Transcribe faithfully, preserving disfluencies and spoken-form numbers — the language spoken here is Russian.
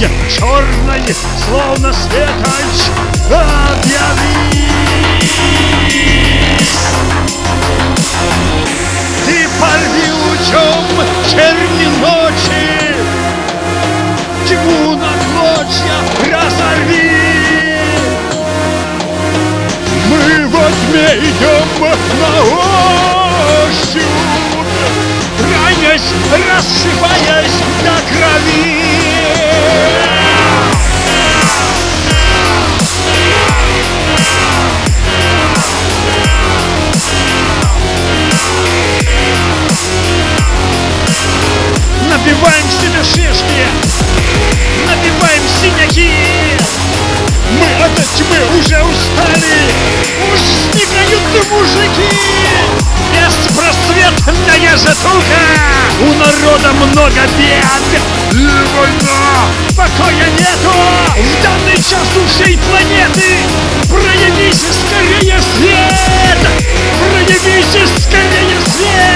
черной, словно светоч, объявись. Ты порви лучом черни ночи, тьму на клочья разорви. Мы во тьме идем на ощупь, ранясь, рассыпаясь до крови. Набиваем себе шишки, набиваем синяки. Мы от тьмы уже устали, уж снимают мужики. Беспросветная затуха, у народа много бед и война, покоя нету в данный час у всей планеты. Проявись скорее, свет! Проявись скорее, свет!